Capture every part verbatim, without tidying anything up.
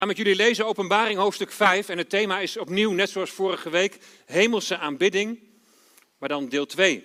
Ik ga met jullie lezen Openbaring hoofdstuk vijf en het thema is opnieuw, net zoals vorige week, hemelse aanbidding, maar dan deel twee.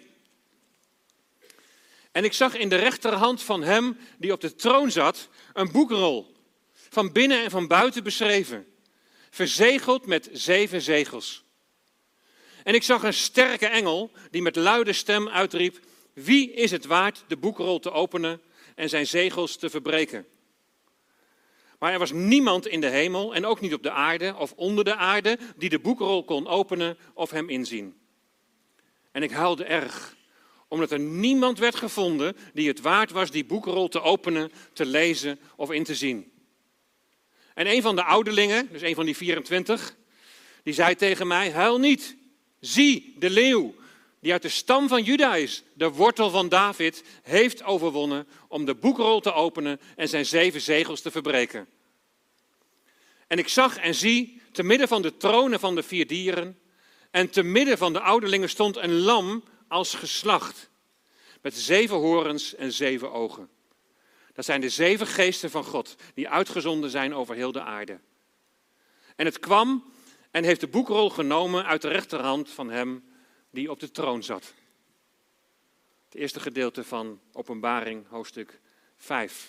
En ik zag in de rechterhand van hem die op de troon zat een boekrol, van binnen en van buiten beschreven, verzegeld met zeven zegels. En ik zag een sterke engel die met luide stem uitriep: wie is het waard de boekrol te openen en zijn zegels te verbreken? Maar er was niemand in de hemel en ook niet op de aarde of onder de aarde die de boekrol kon openen of hem inzien. En ik huilde erg, omdat er niemand werd gevonden die het waard was die boekrol te openen, te lezen of in te zien. En een van de ouderlingen, dus een van die vierentwintig, die zei tegen mij: huil niet, zie de leeuw die uit de stam van Juda is, de wortel van David, heeft overwonnen om de boekrol te openen en zijn zeven zegels te verbreken. En ik zag en zie, te midden van de tronen van de vier dieren en te midden van de ouderlingen stond een lam als geslacht, met zeven horens en zeven ogen. Dat zijn de zeven geesten van God, die uitgezonden zijn over heel de aarde. En het kwam en heeft de boekrol genomen uit de rechterhand van hem die op de troon zat. Het eerste gedeelte van Openbaring, hoofdstuk vijf.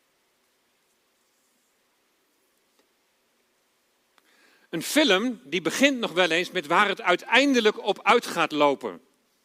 Een film die begint nog wel eens met waar het uiteindelijk op uit gaat lopen.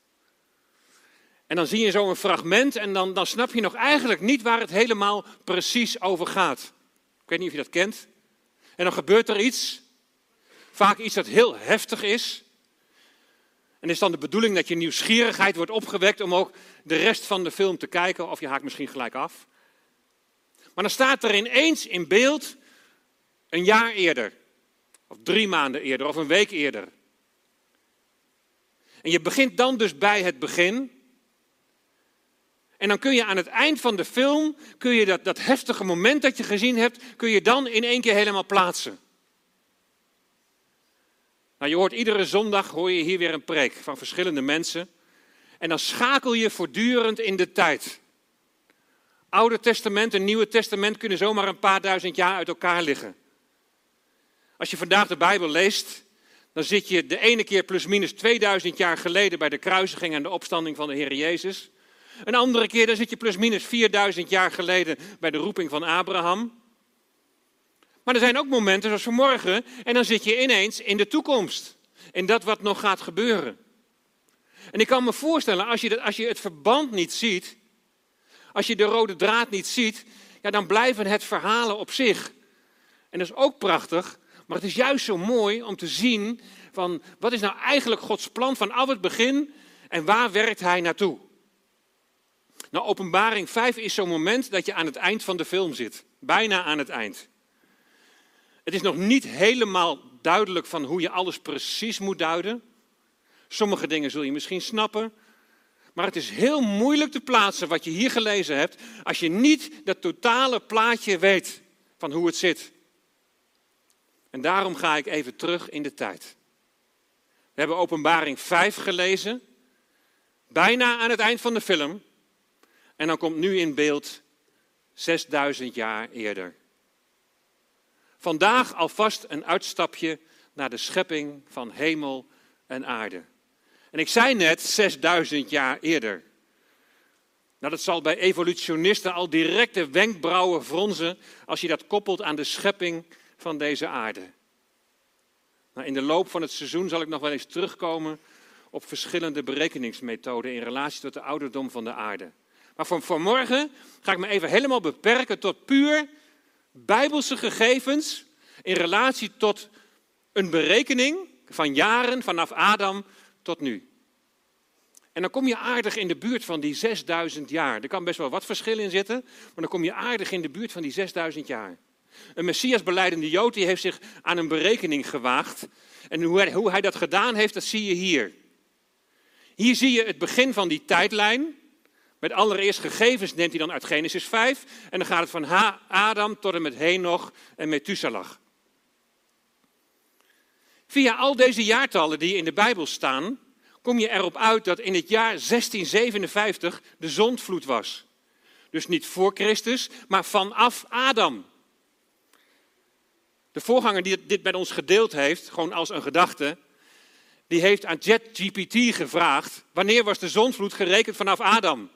En dan zie je zo een fragment en dan, dan snap je nog eigenlijk niet waar het helemaal precies over gaat. Ik weet niet of je dat kent. En dan gebeurt er iets. Vaak iets dat heel heftig is. En is dan de bedoeling dat je nieuwsgierigheid wordt opgewekt om ook de rest van de film te kijken. Of je haakt misschien gelijk af. Maar dan staat er ineens in beeld een jaar eerder. Of drie maanden eerder of een week eerder. En je begint dan dus bij het begin. En dan kun je aan het eind van de film, kun je dat, dat heftige moment dat je gezien hebt, kun je dan in één keer helemaal plaatsen. Nou, je hoort iedere zondag, hoor je hier weer een preek van verschillende mensen. En dan schakel je voortdurend in de tijd. Oude Testament en Nieuwe Testament kunnen zomaar een paar duizend jaar uit elkaar liggen. Als je vandaag de Bijbel leest, dan zit je de ene keer plusminus tweeduizend jaar geleden bij de kruisiging en de opstanding van de Heer Jezus. Een andere keer dan zit je plusminus vierduizend jaar geleden bij de roeping van Abraham. Maar er zijn ook momenten zoals vanmorgen en dan zit je ineens in de toekomst. In dat wat nog gaat gebeuren. En ik kan me voorstellen, als je, dat, als je het verband niet ziet, als je de rode draad niet ziet, ja, dan blijven het verhalen op zich. En dat is ook prachtig, maar het is juist zo mooi om te zien van wat is nou eigenlijk Gods plan vanaf het begin en waar werkt hij naartoe. Nou, Openbaring vijf is zo'n moment dat je aan het eind van de film zit. Bijna aan het eind. Het is nog niet helemaal duidelijk van hoe je alles precies moet duiden. Sommige dingen zul je misschien snappen. Maar het is heel moeilijk te plaatsen wat je hier gelezen hebt, als je niet dat totale plaatje weet van hoe het zit. En daarom ga ik even terug in de tijd. We hebben Openbaring vijf gelezen. Bijna aan het eind van de film. En dan komt nu in beeld zesduizend jaar eerder. Vandaag alvast een uitstapje naar de schepping van hemel en aarde. En ik zei net zesduizend jaar eerder. Nou, dat zal bij evolutionisten al direct de wenkbrauwen fronsen als je dat koppelt aan de schepping van deze aarde. Nou, in de loop van het seizoen zal ik nog wel eens terugkomen op verschillende berekeningsmethoden in relatie tot de ouderdom van de aarde. Maar voor vanmorgen ga ik me even helemaal beperken tot puur bijbelse gegevens in relatie tot een berekening van jaren vanaf Adam tot nu. En dan kom je aardig in de buurt van die zesduizend jaar. Er kan best wel wat verschil in zitten, maar dan kom je aardig in de buurt van die zesduizend jaar. Een Messias-belijdende Jood die heeft zich aan een berekening gewaagd. En hoe hij, hoe hij dat gedaan heeft, dat zie je hier. Hier zie je het begin van die tijdlijn. Met allereerst gegevens neemt hij dan uit Genesis vijf. En dan gaat het van Adam tot en met Henoch en Methuselah. Via al deze jaartallen die in de Bijbel staan, kom je erop uit dat in het jaar zestien zevenenvijftig de zondvloed was. Dus niet voor Christus, maar vanaf Adam. De voorganger die dit met ons gedeeld heeft, gewoon als een gedachte, die heeft aan ChatGPT gevraagd, wanneer was de zondvloed gerekend vanaf Adam?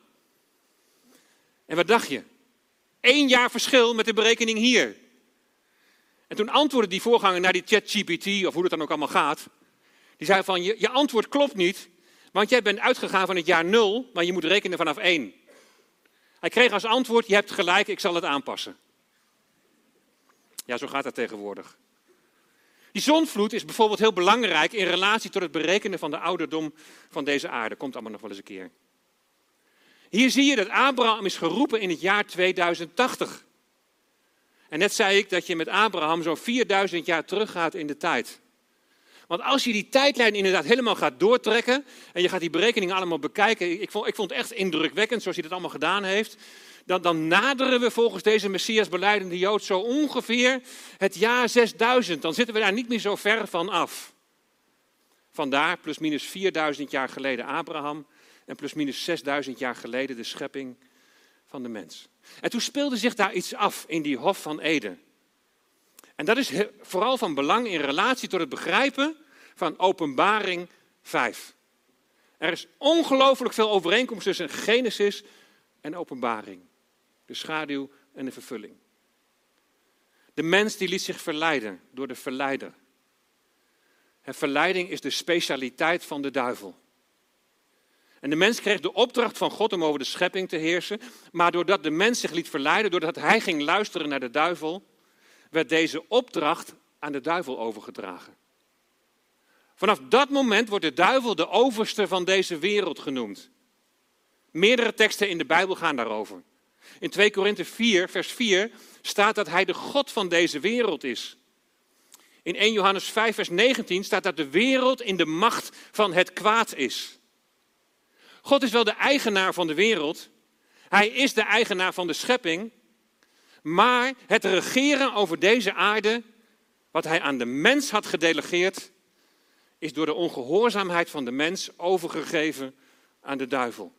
En wat dacht je? Eén jaar verschil met de berekening hier. En toen antwoordde die voorganger naar die ChatGPT, of hoe het dan ook allemaal gaat, die zei van, je, je antwoord klopt niet, want jij bent uitgegaan van het jaar nul, maar je moet rekenen vanaf één. Hij kreeg als antwoord, je hebt gelijk, ik zal het aanpassen. Ja, zo gaat dat tegenwoordig. Die zondvloed is bijvoorbeeld heel belangrijk in relatie tot het berekenen van de ouderdom van deze aarde. Komt allemaal nog wel eens een keer. Hier zie je dat Abraham is geroepen in het jaar tweeduizend tachtig. En net zei ik dat je met Abraham zo'n vierduizend jaar teruggaat in de tijd. Want als je die tijdlijn inderdaad helemaal gaat doortrekken en je gaat die berekeningen allemaal bekijken, ik vond, ik vond het echt indrukwekkend zoals hij dat allemaal gedaan heeft, dan, dan naderen we volgens deze Messias belijdende Jood zo ongeveer het jaar zesduizend. Dan zitten we daar niet meer zo ver van af. Vandaar plus minus vierduizend jaar geleden Abraham en plus minus zesduizend jaar geleden de schepping van de mens. En toen speelde zich daar iets af in die Hof van Eden. En dat is vooral van belang in relatie tot het begrijpen van Openbaring vijf. Er is ongelooflijk veel overeenkomst tussen Genesis en Openbaring. De schaduw en de vervulling. De mens die liet zich verleiden door de verleider. En verleiding is de specialiteit van de duivel. En de mens kreeg de opdracht van God om over de schepping te heersen. Maar doordat de mens zich liet verleiden, doordat hij ging luisteren naar de duivel, werd deze opdracht aan de duivel overgedragen. Vanaf dat moment wordt de duivel de overste van deze wereld genoemd. Meerdere teksten in de Bijbel gaan daarover. In twee Korinthe vier, vers vier, staat dat hij de God van deze wereld is. In eerste Johannes vijf, vers negentien staat dat de wereld in de macht van het kwaad is. God is wel de eigenaar van de wereld. Hij is de eigenaar van de schepping. Maar het regeren over deze aarde, wat hij aan de mens had gedelegeerd, is door de ongehoorzaamheid van de mens overgegeven aan de duivel.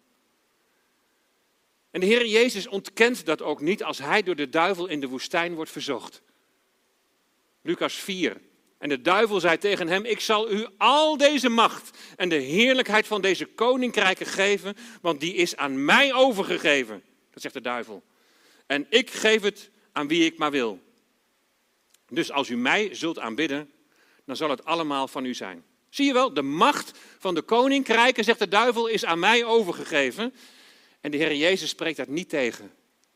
En de Heer Jezus ontkent dat ook niet als hij door de duivel in de woestijn wordt verzocht. Lucas vier. En de duivel zei tegen hem, ik zal u al deze macht en de heerlijkheid van deze koninkrijken geven, want die is aan mij overgegeven. Dat zegt de duivel. En ik geef het aan wie ik maar wil. Dus als u mij zult aanbidden, dan zal het allemaal van u zijn. Zie je wel, de macht van de koninkrijken, zegt de duivel, is aan mij overgegeven. En de Heer Jezus spreekt dat niet tegen.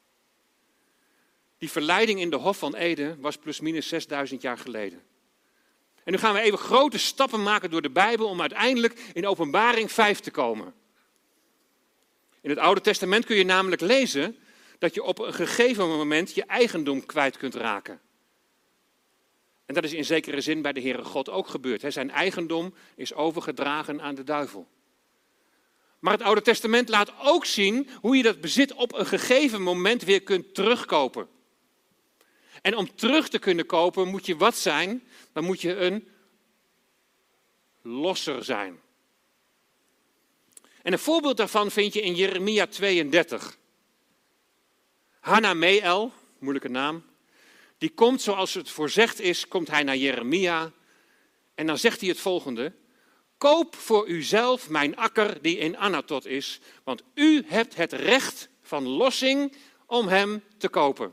Die verleiding in de Hof van Eden was plusminus zesduizend jaar geleden. En nu gaan we even grote stappen maken door de Bijbel om uiteindelijk in Openbaring vijf te komen. In het Oude Testament kun je namelijk lezen dat je op een gegeven moment je eigendom kwijt kunt raken. En dat is in zekere zin bij de Heere God ook gebeurd. Zijn eigendom is overgedragen aan de duivel. Maar het Oude Testament laat ook zien hoe je dat bezit op een gegeven moment weer kunt terugkopen. En om terug te kunnen kopen moet je wat zijn? Dan moet je een losser zijn. En een voorbeeld daarvan vind je in Jeremia tweeëndertig. Hanameel, moeilijke naam, die komt zoals het voorzegd is, komt hij naar Jeremia. En dan zegt hij het volgende. Koop voor uzelf mijn akker die in Anatot is, want u hebt het recht van lossing om hem te kopen.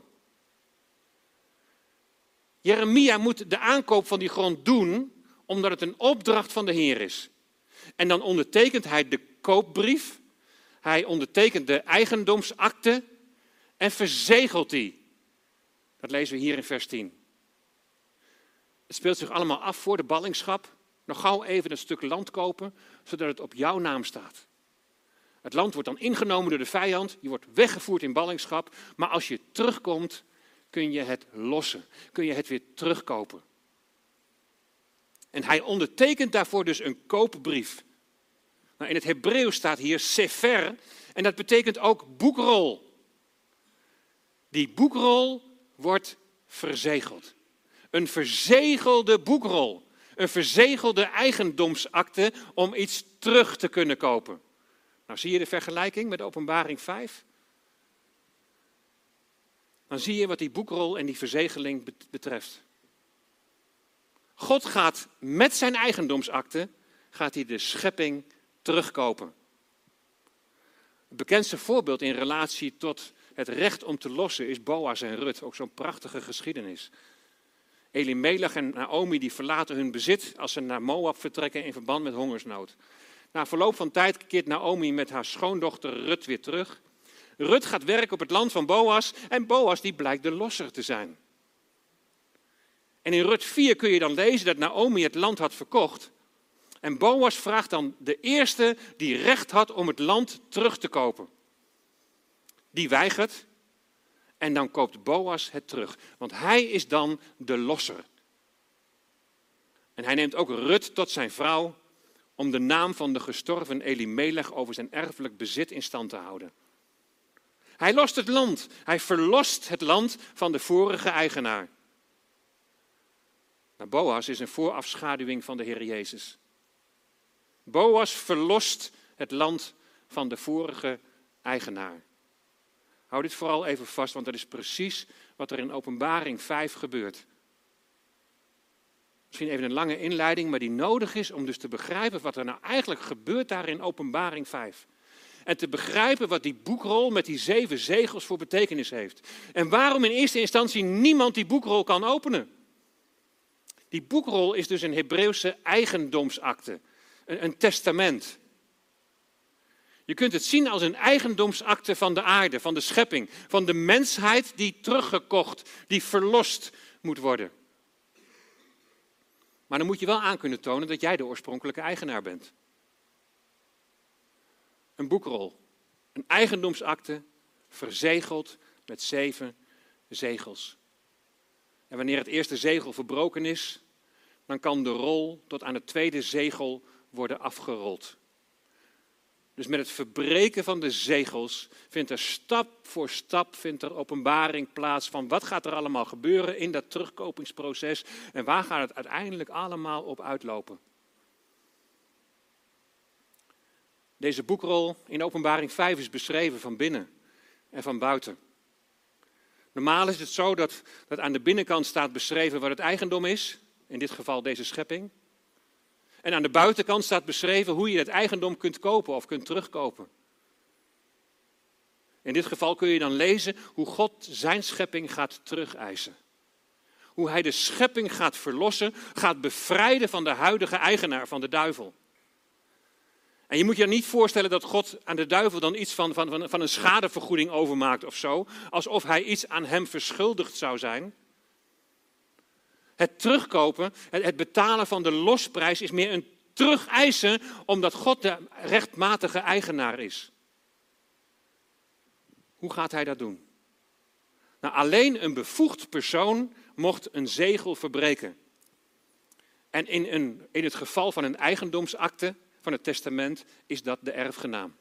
Jeremia moet de aankoop van die grond doen, omdat het een opdracht van de Heer is. En dan ondertekent hij de koopbrief, hij ondertekent de eigendomsakte en verzegelt die. Dat lezen we hier in vers tien. Het speelt zich allemaal af voor de ballingschap. Nog gauw even een stuk land kopen, zodat het op jouw naam staat. Het land wordt dan ingenomen door de vijand, je wordt weggevoerd in ballingschap, maar als je terugkomt, kun je het lossen, kun je het weer terugkopen. En hij ondertekent daarvoor dus een koopbrief. Nou, in het Hebreeuws staat hier sefer en dat betekent ook boekrol. Die boekrol wordt verzegeld. Een verzegelde boekrol. Een verzegelde eigendomsakte om iets terug te kunnen kopen. Nou, zie je de vergelijking met Openbaring vijf? Dan zie je wat die boekrol en die verzegeling betreft. God gaat met zijn eigendomsakte, gaat hij de schepping terugkopen. Het bekendste voorbeeld in relatie tot het recht om te lossen is Boas en Rut. Ook zo'n prachtige geschiedenis. Elimelech en Naomi die verlaten hun bezit als ze naar Moab vertrekken in verband met hongersnood. Na verloop van tijd keert Naomi met haar schoondochter Rut weer terug. Rut gaat werken op het land van Boas en Boas die blijkt de losser te zijn. En in Rut vier kun je dan lezen dat Naomi het land had verkocht. En Boas vraagt dan de eerste die recht had om het land terug te kopen. Die weigert en dan koopt Boas het terug. Want hij is dan de losser. En hij neemt ook Rut tot zijn vrouw om de naam van de gestorven Elimelech over zijn erfelijk bezit in stand te houden. Hij lost het land. Hij verlost het land van de vorige eigenaar. Maar Boas is een voorafschaduwing van de Heer Jezus. Boas verlost het land van de vorige eigenaar. Hou dit vooral even vast, want dat is precies wat er in Openbaring vijf gebeurt. Misschien even een lange inleiding, maar die nodig is om dus te begrijpen wat er nou eigenlijk gebeurt daar in Openbaring vijf. En te begrijpen wat die boekrol met die zeven zegels voor betekenis heeft. En waarom in eerste instantie niemand die boekrol kan openen. Die boekrol is dus een Hebreeuwse eigendomsakte. Een, een testament. Je kunt het zien als een eigendomsakte van de aarde, van de schepping. Van de mensheid die teruggekocht, die verlost moet worden. Maar dan moet je wel aan kunnen tonen dat jij de oorspronkelijke eigenaar bent. Een boekrol, een eigendomsakte, verzegeld met zeven zegels. En wanneer het eerste zegel verbroken is, dan kan de rol tot aan het tweede zegel worden afgerold. Dus met het verbreken van de zegels vindt er stap voor stap vindt er openbaring plaats van wat gaat er allemaal gebeuren in dat terugkopingsproces en waar gaat het uiteindelijk allemaal op uitlopen. Deze boekrol in Openbaring vijf is beschreven van binnen en van buiten. Normaal is het zo dat, dat aan de binnenkant staat beschreven wat het eigendom is, in dit geval deze schepping. En aan de buitenkant staat beschreven hoe je het eigendom kunt kopen of kunt terugkopen. In dit geval kun je dan lezen hoe God zijn schepping gaat terugeisen. Hoe hij de schepping gaat verlossen, gaat bevrijden van de huidige eigenaar, van de duivel. En je moet je dan niet voorstellen dat God aan de duivel dan iets van, van, van een schadevergoeding overmaakt of zo. Alsof hij iets aan hem verschuldigd zou zijn. Het terugkopen, het betalen van de losprijs is meer een terugeisen omdat God de rechtmatige eigenaar is. Hoe gaat hij dat doen? Nou, alleen een bevoegd persoon mocht een zegel verbreken. En in, een, in het geval van een eigendomsakte van het testament is dat de erfgenaam.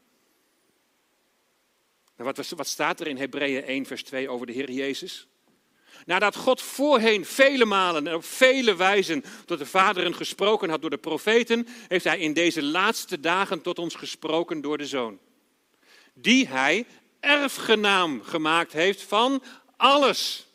Nou, wat, wat staat er in Hebreeën één vers twee over de Heer Jezus? Nadat God voorheen vele malen en op vele wijzen tot de vaderen gesproken had door de profeten, heeft hij in deze laatste dagen tot ons gesproken door de Zoon. Die hij erfgenaam gemaakt heeft van alles.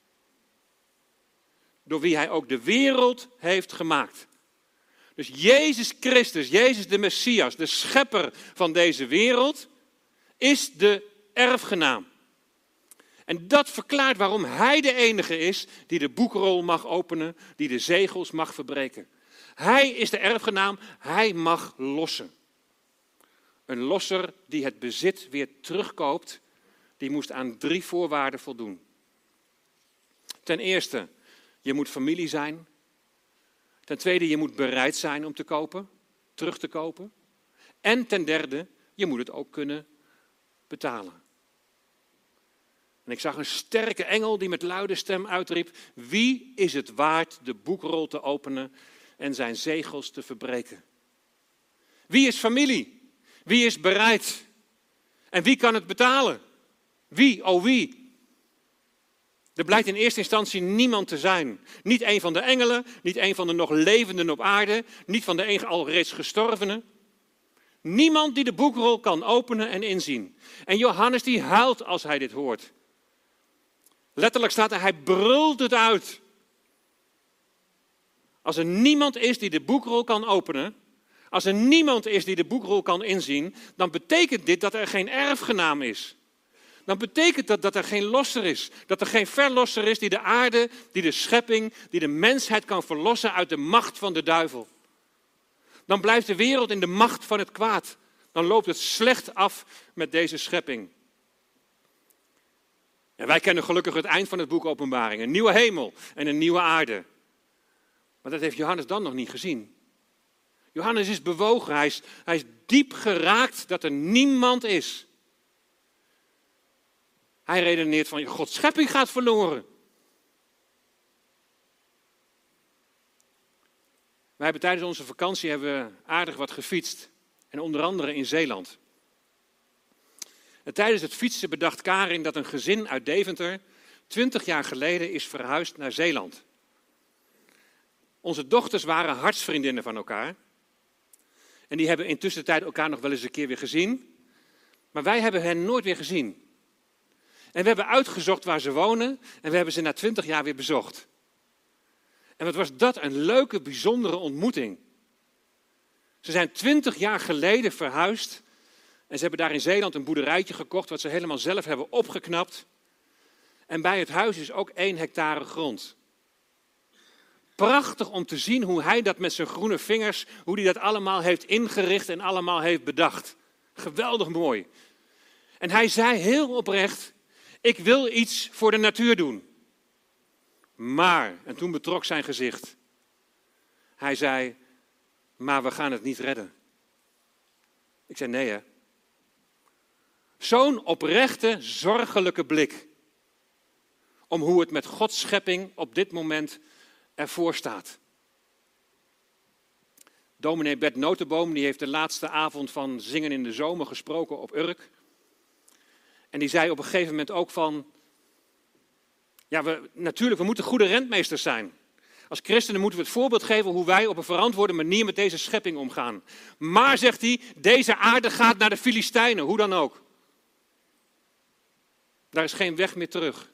Door wie hij ook de wereld heeft gemaakt. Dus Jezus Christus, Jezus de Messias, de schepper van deze wereld, is de erfgenaam. En dat verklaart waarom hij de enige is die de boekrol mag openen, die de zegels mag verbreken. Hij is de erfgenaam, hij mag lossen. Een losser die het bezit weer terugkoopt, die moest aan drie voorwaarden voldoen. Ten eerste, je moet familie zijn. Ten tweede, je moet bereid zijn om te kopen, terug te kopen. En ten derde, je moet het ook kunnen betalen. En ik zag een sterke engel die met luide stem uitriep: wie is het waard de boekrol te openen en zijn zegels te verbreken? Wie is familie? Wie is bereid? En wie kan het betalen? Wie, oh wie? Er blijkt in eerste instantie niemand te zijn. Niet een van de engelen, niet een van de nog levenden op aarde, niet van de een al reeds gestorvenen. Niemand die de boekrol kan openen en inzien. En Johannes die huilt als hij dit hoort. Letterlijk staat er, hij brult het uit. Als er niemand is die de boekrol kan openen, als er niemand is die de boekrol kan inzien, dan betekent dit dat er geen erfgenaam is. Dan betekent dat dat er geen losser is. Dat er geen verlosser is die de aarde, die de schepping, die de mensheid kan verlossen uit de macht van de duivel. Dan blijft de wereld in de macht van het kwaad. Dan loopt het slecht af met deze schepping. En wij kennen gelukkig het eind van het boek Openbaring. Een nieuwe hemel en een nieuwe aarde. Maar dat heeft Johannes dan nog niet gezien. Johannes is bewogen. Hij is, hij is diep geraakt dat er niemand is. Hij redeneert van, Gods schepping gaat verloren. Wij hebben tijdens onze vakantie hebben we aardig wat gefietst. En onder andere in Zeeland. En tijdens het fietsen bedacht Karin dat een gezin uit Deventer twintig jaar geleden is verhuisd naar Zeeland. Onze dochters waren hartsvriendinnen van elkaar. En die hebben intussen de tijd elkaar nog wel eens een keer weer gezien. Maar wij hebben hen nooit weer gezien. En we hebben uitgezocht waar ze wonen en we hebben ze na twintig jaar weer bezocht. En wat was dat een leuke, bijzondere ontmoeting. Ze zijn twintig jaar geleden verhuisd en ze hebben daar in Zeeland een boerderijtje gekocht wat ze helemaal zelf hebben opgeknapt. En bij het huis is ook één hectare grond. Prachtig om te zien hoe hij dat met zijn groene vingers, hoe hij dat allemaal heeft ingericht en allemaal heeft bedacht. Geweldig mooi. En hij zei heel oprecht, ik wil iets voor de natuur doen. Maar, en toen betrok zijn gezicht. Hij zei, maar we gaan het niet redden. Ik zei, nee hè. Zo'n oprechte, zorgelijke blik. Om hoe het met Gods schepping op dit moment ervoor staat. Dominee Bert Notenboom die heeft de laatste avond van Zingen in de Zomer gesproken op Urk. En die zei op een gegeven moment ook van, ja, we, natuurlijk, we moeten goede rentmeesters zijn. Als christenen moeten we het voorbeeld geven hoe wij op een verantwoorde manier met deze schepping omgaan. Maar, zegt hij, deze aarde gaat naar de Filistijnen, hoe dan ook. Daar is geen weg meer terug.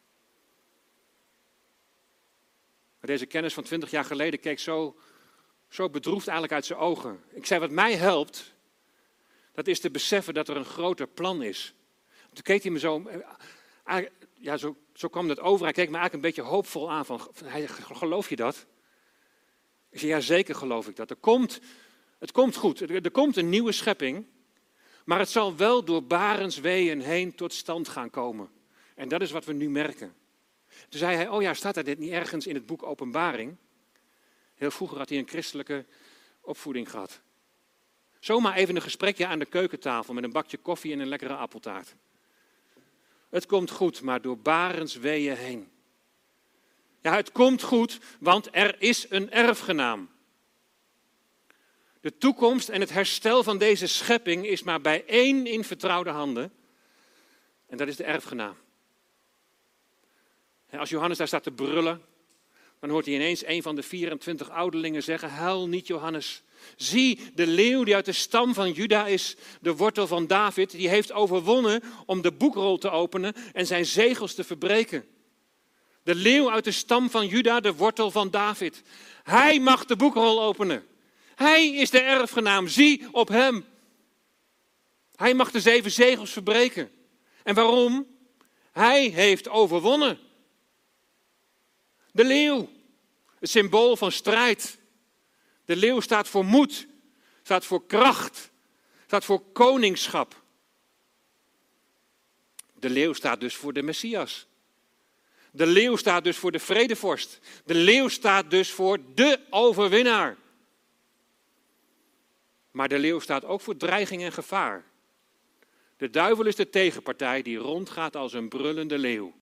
Maar deze kennis van twintig jaar geleden keek zo, zo bedroefd eigenlijk uit zijn ogen. Ik zei, wat mij helpt, dat is te beseffen dat er een groter plan is. Toen keek hij me zo, ja, zo, zo kwam dat over. Hij keek me eigenlijk een beetje hoopvol aan. Van, hij, geloof je dat? Ik zei, ja, zeker geloof ik dat. Er komt, het komt goed. Er, er komt een nieuwe schepping. Maar het zal wel door barensweeën heen tot stand gaan komen. En dat is wat we nu merken. Toen zei hij, oh ja, staat er dit niet ergens in het boek Openbaring? Heel vroeger had hij een christelijke opvoeding gehad. Zomaar even een gesprekje aan de keukentafel met een bakje koffie en een lekkere appeltaart. Het komt goed, maar door barensweeën heen. Ja, het komt goed, want er is een erfgenaam. De toekomst en het herstel van deze schepping is maar bij één in vertrouwde handen. En dat is de erfgenaam. En als Johannes daar staat te brullen, dan hoort hij ineens een van de vierentwintig ouderlingen zeggen, huil niet Johannes. Zie, de leeuw die uit de stam van Juda is, de wortel van David, die heeft overwonnen om de boekrol te openen en zijn zegels te verbreken. De leeuw uit de stam van Juda, de wortel van David. Hij mag de boekrol openen. Hij is de erfgenaam, zie op hem. Hij mag de zeven zegels verbreken. En waarom? Hij heeft overwonnen. De leeuw, het symbool van strijd. De leeuw staat voor moed, staat voor kracht, staat voor koningschap. De leeuw staat dus voor de Messias. De leeuw staat dus voor de vredevorst. De leeuw staat dus voor de overwinnaar. Maar de leeuw staat ook voor dreiging en gevaar. De duivel is de tegenpartij die rondgaat als een brullende leeuw.